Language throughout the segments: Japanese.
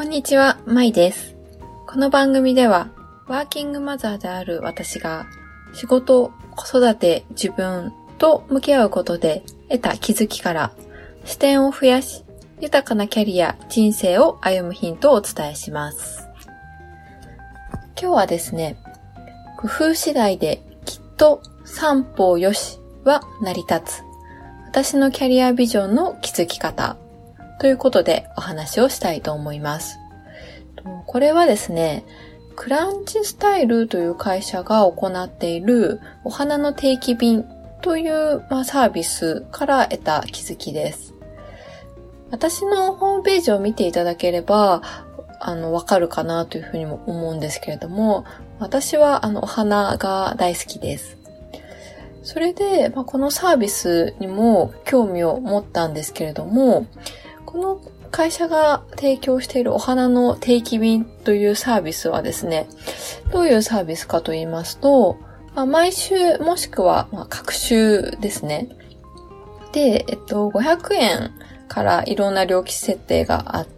んにちは、まいです。この番組では、ワーキングマザーである私が、仕事、子育て、自分と向き合うことで得た気づきから、視点を増やし、豊かなキャリア、人生を歩むヒントをお伝えします。今日はですね、工夫次第できっと三方よしは成り立つ。私のキャリアビジョンの気づき方ということでお話をしたいと思います。これはですね、クランチスタイルという会社が行っているお花の定期便という、サービスから得た気づきです。私のホームページを見ていただければわかるかなというふうにも思うんですけれども、私はお花が大好きです。それで、このサービスにも興味を持ったんですけれども、この会社が提供しているお花の定期便というサービスはですね、どういうサービスかと言いますと、毎週もしくは各週ですね。で、500円からいろんな料金設定があって、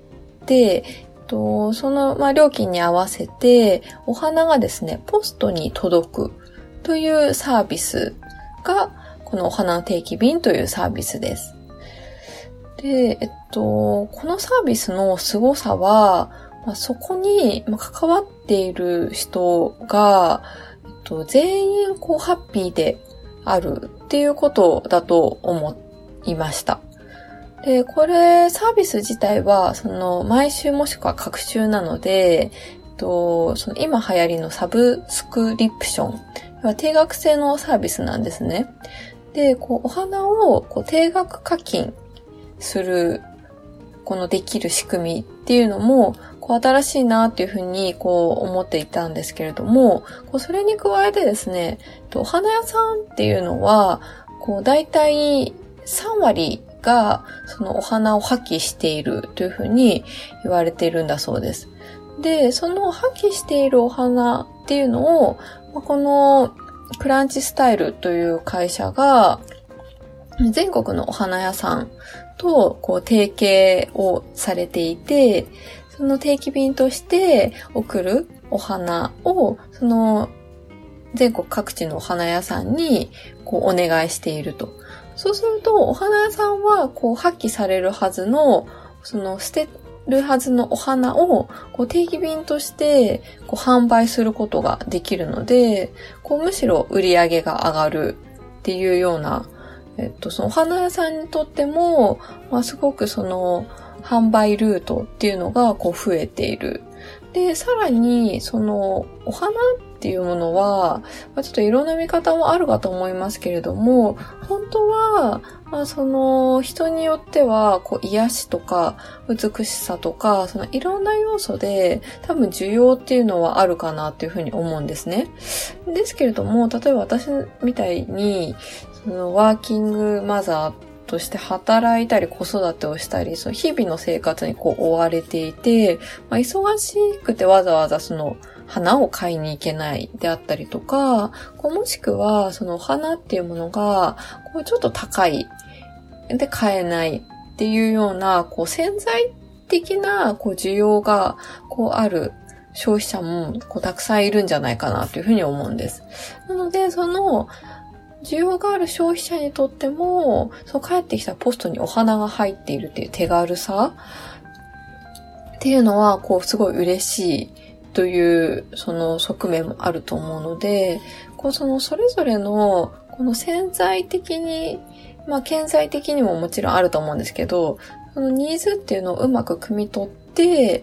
その料金に合わせてお花がですね、ポストに届くというサービスがこのお花の定期便というサービスです。で、このサービスの凄さは、そこに関わっている人が、全員ハッピーであるっていうことだと思いました。で、これサービス自体は毎週もしくは各週なので、その今流行りのサブスクリプション、定額制のサービスなんですね。で、お花を定額課金するできる仕組みっていうのも新しいなっていうふうに思っていたんですけれども、それに加えてですね、お花屋さんっていうのはだいたい3割がそのお花を破棄しているというふうに言われているんだそうです。で、その破棄しているお花っていうのをこのクランチスタイルという会社が全国のお花屋さんと提携をされていて、その定期便として送るお花をその全国各地のお花屋さんにお願いしていると。そうするとお花屋さんは破棄されるはずの捨てるはずのお花を定期便として販売することができるので、むしろ売り上げが上がるっていうような、そのお花屋さんにとっても、すごく販売ルートっていうのが増えている。で、さらにお花っていうものは、ちょっといろんな見方もあるかと思いますけれども、本当は、人によっては癒しとか美しさとかいろんな要素で多分需要っていうのはあるかなっていうふうに思うんですね。ですけれども、例えば私みたいにワーキングマザーとして働いたり子育てをしたり、日々の生活に追われていて、忙しくてわざわざ花を買いに行けないであったりとか、もしくはお花っていうものがちょっと高いで買えないっていうような潜在的な需要がある消費者もたくさんいるんじゃないかなというふうに思うんです。なので需要がある消費者にとっても、帰ってきたポストにお花が入っているっていう手軽さっていうのは、すごい嬉しいという、側面もあると思うので、それぞれの、潜在的に、顕在的にももちろんあると思うんですけど、ニーズっていうのをうまく汲み取って、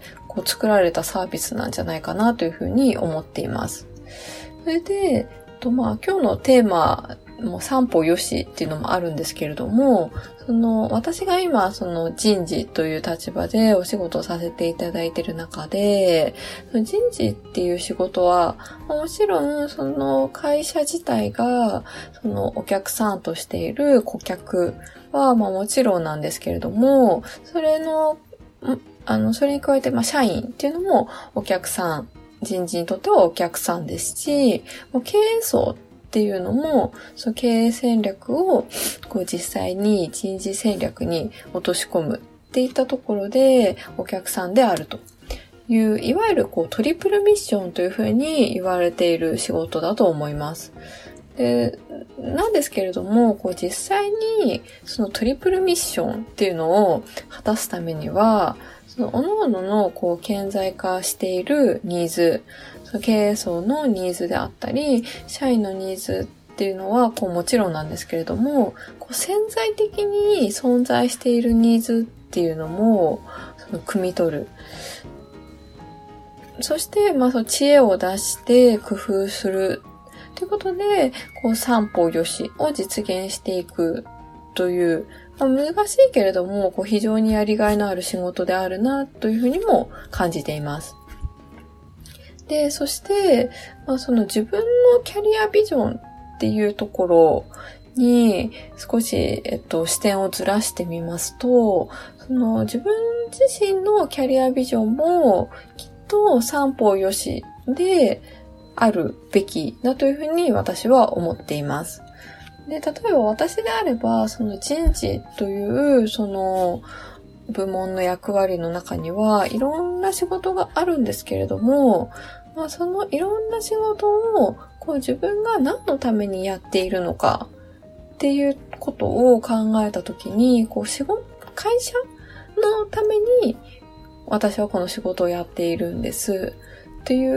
作られたサービスなんじゃないかなというふうに思っています。それで、今日のテーマも三方よしっていうのもあるんですけれども、私が今人事という立場でお仕事をさせていただいている中で、人事っていう仕事はもちろん会社自体がお客さんとしている顧客はもちろんなんですけれども、それに加えて社員っていうのもお客さん、人事にとってはお客さんですし、経営層っていうのも、経営戦略を実際に人事戦略に落とし込むっていったところでお客さんであると。 いう、いわゆるトリプルミッションというふうに言われている仕事だと思います。なんですけれども、実際にそのトリプルミッションっていうのを果たすためには、その各々の顕在化しているニーズ、その経営層のニーズであったり、社員のニーズっていうのはもちろんなんですけれども、潜在的に存在しているニーズっていうのも汲み取る。そして、その知恵を出して工夫するということで、三方よしを実現していくという、難しいけれども、非常にやりがいのある仕事であるなというふうにも感じています。で、そして、その自分のキャリアビジョンっていうところに少し、視点をずらしてみますと、その自分自身のキャリアビジョンもきっと三方よしであるべきだというふうに私は思っています。で、例えば私であれば、その人事というその部門の役割の中にはいろんな仕事があるんですけれども、そのいろんな仕事を自分が何のためにやっているのかっていうことを考えたときに、会社のために私はこの仕事をやっているんですっていう、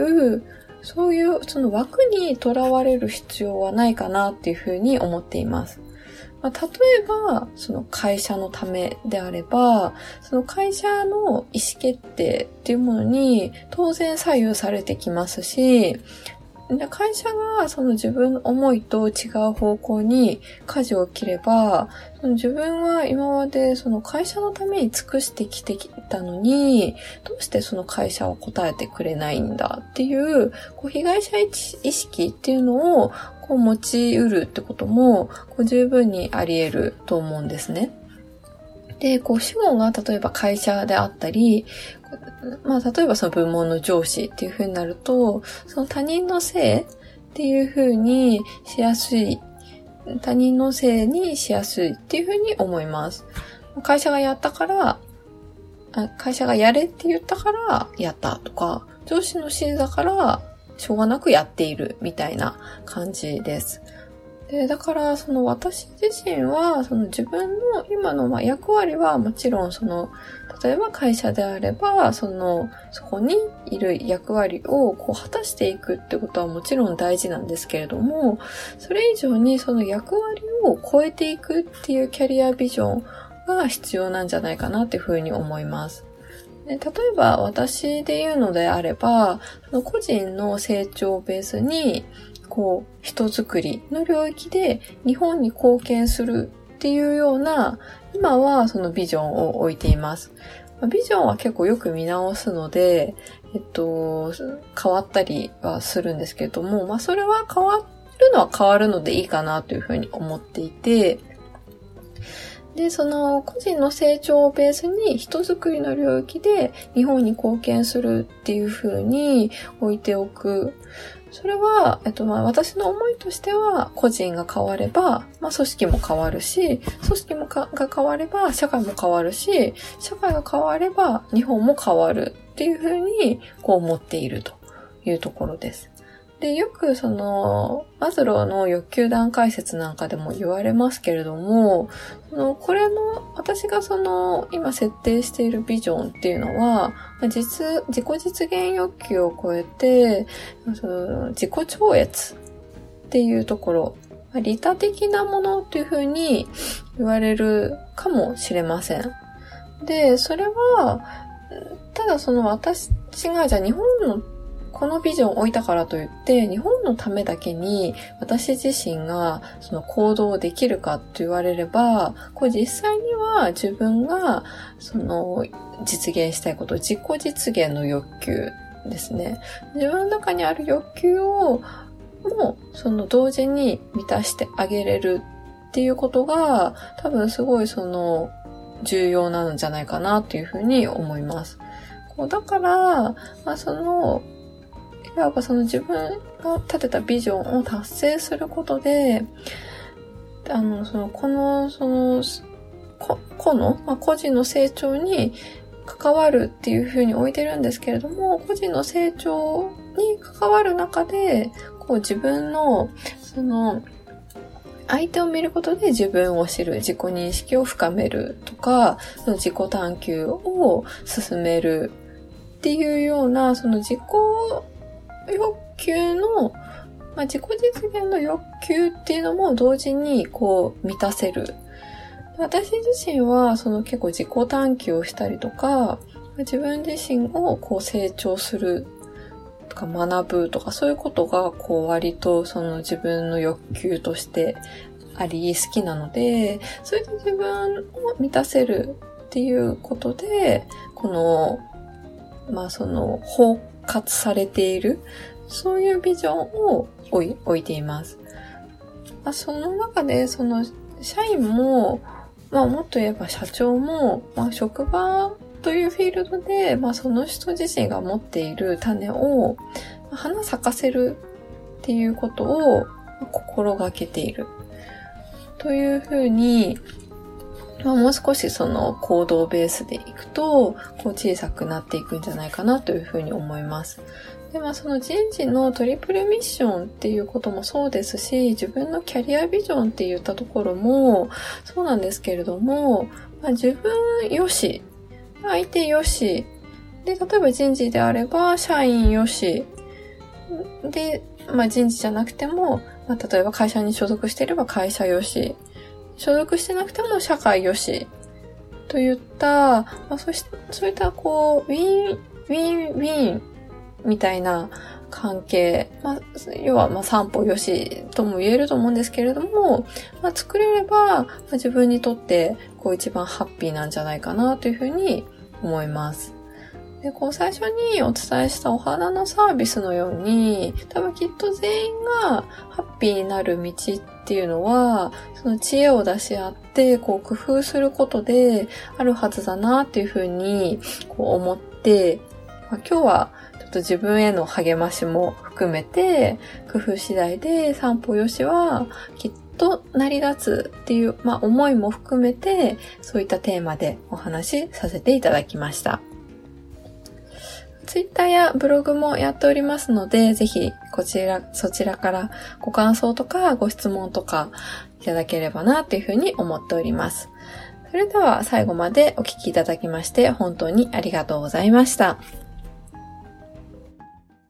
そういうその枠にとらわれる必要はないかなっていうふうに思っています。例えば、その会社のためであれば、その会社の意思決定っていうものに当然左右されてきますし、会社がその自分の思いと違う方向に舵を切れば、その自分は今までその会社のために尽くしてきてきたのに、どうしてその会社は答えてくれないんだっていう、被害者意識っていうのを持ち得るってことも十分にあり得ると思うんですね。で、主語が例えば会社であったり、例えばその部門の上司っていう風になると、その他人のせいっていう風にしやすい、他人のせいにしやすいっていう風に思います。会社がやったから、会社がやれって言ったからやったとか、上司の指示だからしょうがなくやっているみたいな感じです。で、だからその私自身はその自分の今の役割はもちろん例えば会社であればそこにいる役割を果たしていくってことはもちろん大事なんですけれども、それ以上にその役割を超えていくっていうキャリアビジョンが必要なんじゃないかなっていうふうに思います。で、例えば私で言うのであれば、個人の成長をベースに人づくりの領域で日本に貢献するっていうような、今はそのビジョンを置いています。ビジョンは結構よく見直すので、変わったりはするんですけれども、それは変わるのは変わるのでいいかなというふうに思っていて、で、その個人の成長をベースに人づくりの領域で日本に貢献するっていう風に置いておく。それは、私の思いとしては、個人が変われば、組織も変わるし、組織が変われば、社会も変わるし、社会が変われば、日本も変わるっていう風に、思っているというところです。で、よくマズローの欲求段階説なんかでも言われますけれども、これの、私が今設定しているビジョンっていうのは、自己実現欲求を超えて、自己超越っていうところ、利他的なものっていうふうに言われるかもしれません。で、それは、ただ私がじゃあ日本のこのビジョンを置いたからといって、日本のためだけに私自身が行動できるかと言われれば、実際には自分が実現したいこと、自己実現の欲求ですね。自分の中にある欲求をも同時に満たしてあげれるっていうことが多分すごい重要なんじゃないかなというふうに思います。だから、いわば自分が立てたビジョンを達成することで、個人の成長に関わるっていう風に置いてるんですけれども、個人の成長に関わる中で、自分の、相手を見ることで自分を知る、自己認識を深めるとか、自己探求を進めるっていうような、自己欲求の、自己実現の欲求っていうのも同時に満たせる。私自身は結構自己探求をしたりとか、自分自身を成長するとか学ぶとか、そういうことが割と自分の欲求としてあり好きなので、それで自分を満たせるっていうことで、包括されている、そういうビジョンを置いています。その中で社員も、もっと言えば社長も、職場というフィールドで、その人自身が持っている種を花咲かせるっていうことを心がけているというふうに、もう少し行動ベースでいくと小さくなっていくんじゃないかなというふうに思います。で、人事のトリプルミッションっていうこともそうですし、自分のキャリアビジョンって言ったところもそうなんですけれども、自分よし、相手よし、で、例えば人事であれば社員よし、で、人事じゃなくても、例えば会社に所属していれば会社よし、所属してなくても社会よし、といった、そういったウィンウィンみたいな関係、要は三歩よしとも言えると思うんですけれども、作れれば、自分にとって一番ハッピーなんじゃないかなというふうに思います。で、最初にお伝えしたお花のサービスのように、多分きっと全員がハッピーになる道っていうのは、知恵を出し合って、工夫することであるはずだなっていうふうに思って、今日はちょっと自分への励ましも含めて、工夫次第で三歩よしはきっと成り立つっていう、思いも含めて、そういったテーマでお話しさせていただきました。ツイッターやブログもやっておりますので、ぜひそちらからご感想とかご質問とかいただければなというふうに思っております。それでは最後までお聞きいただきまして本当にありがとうございました。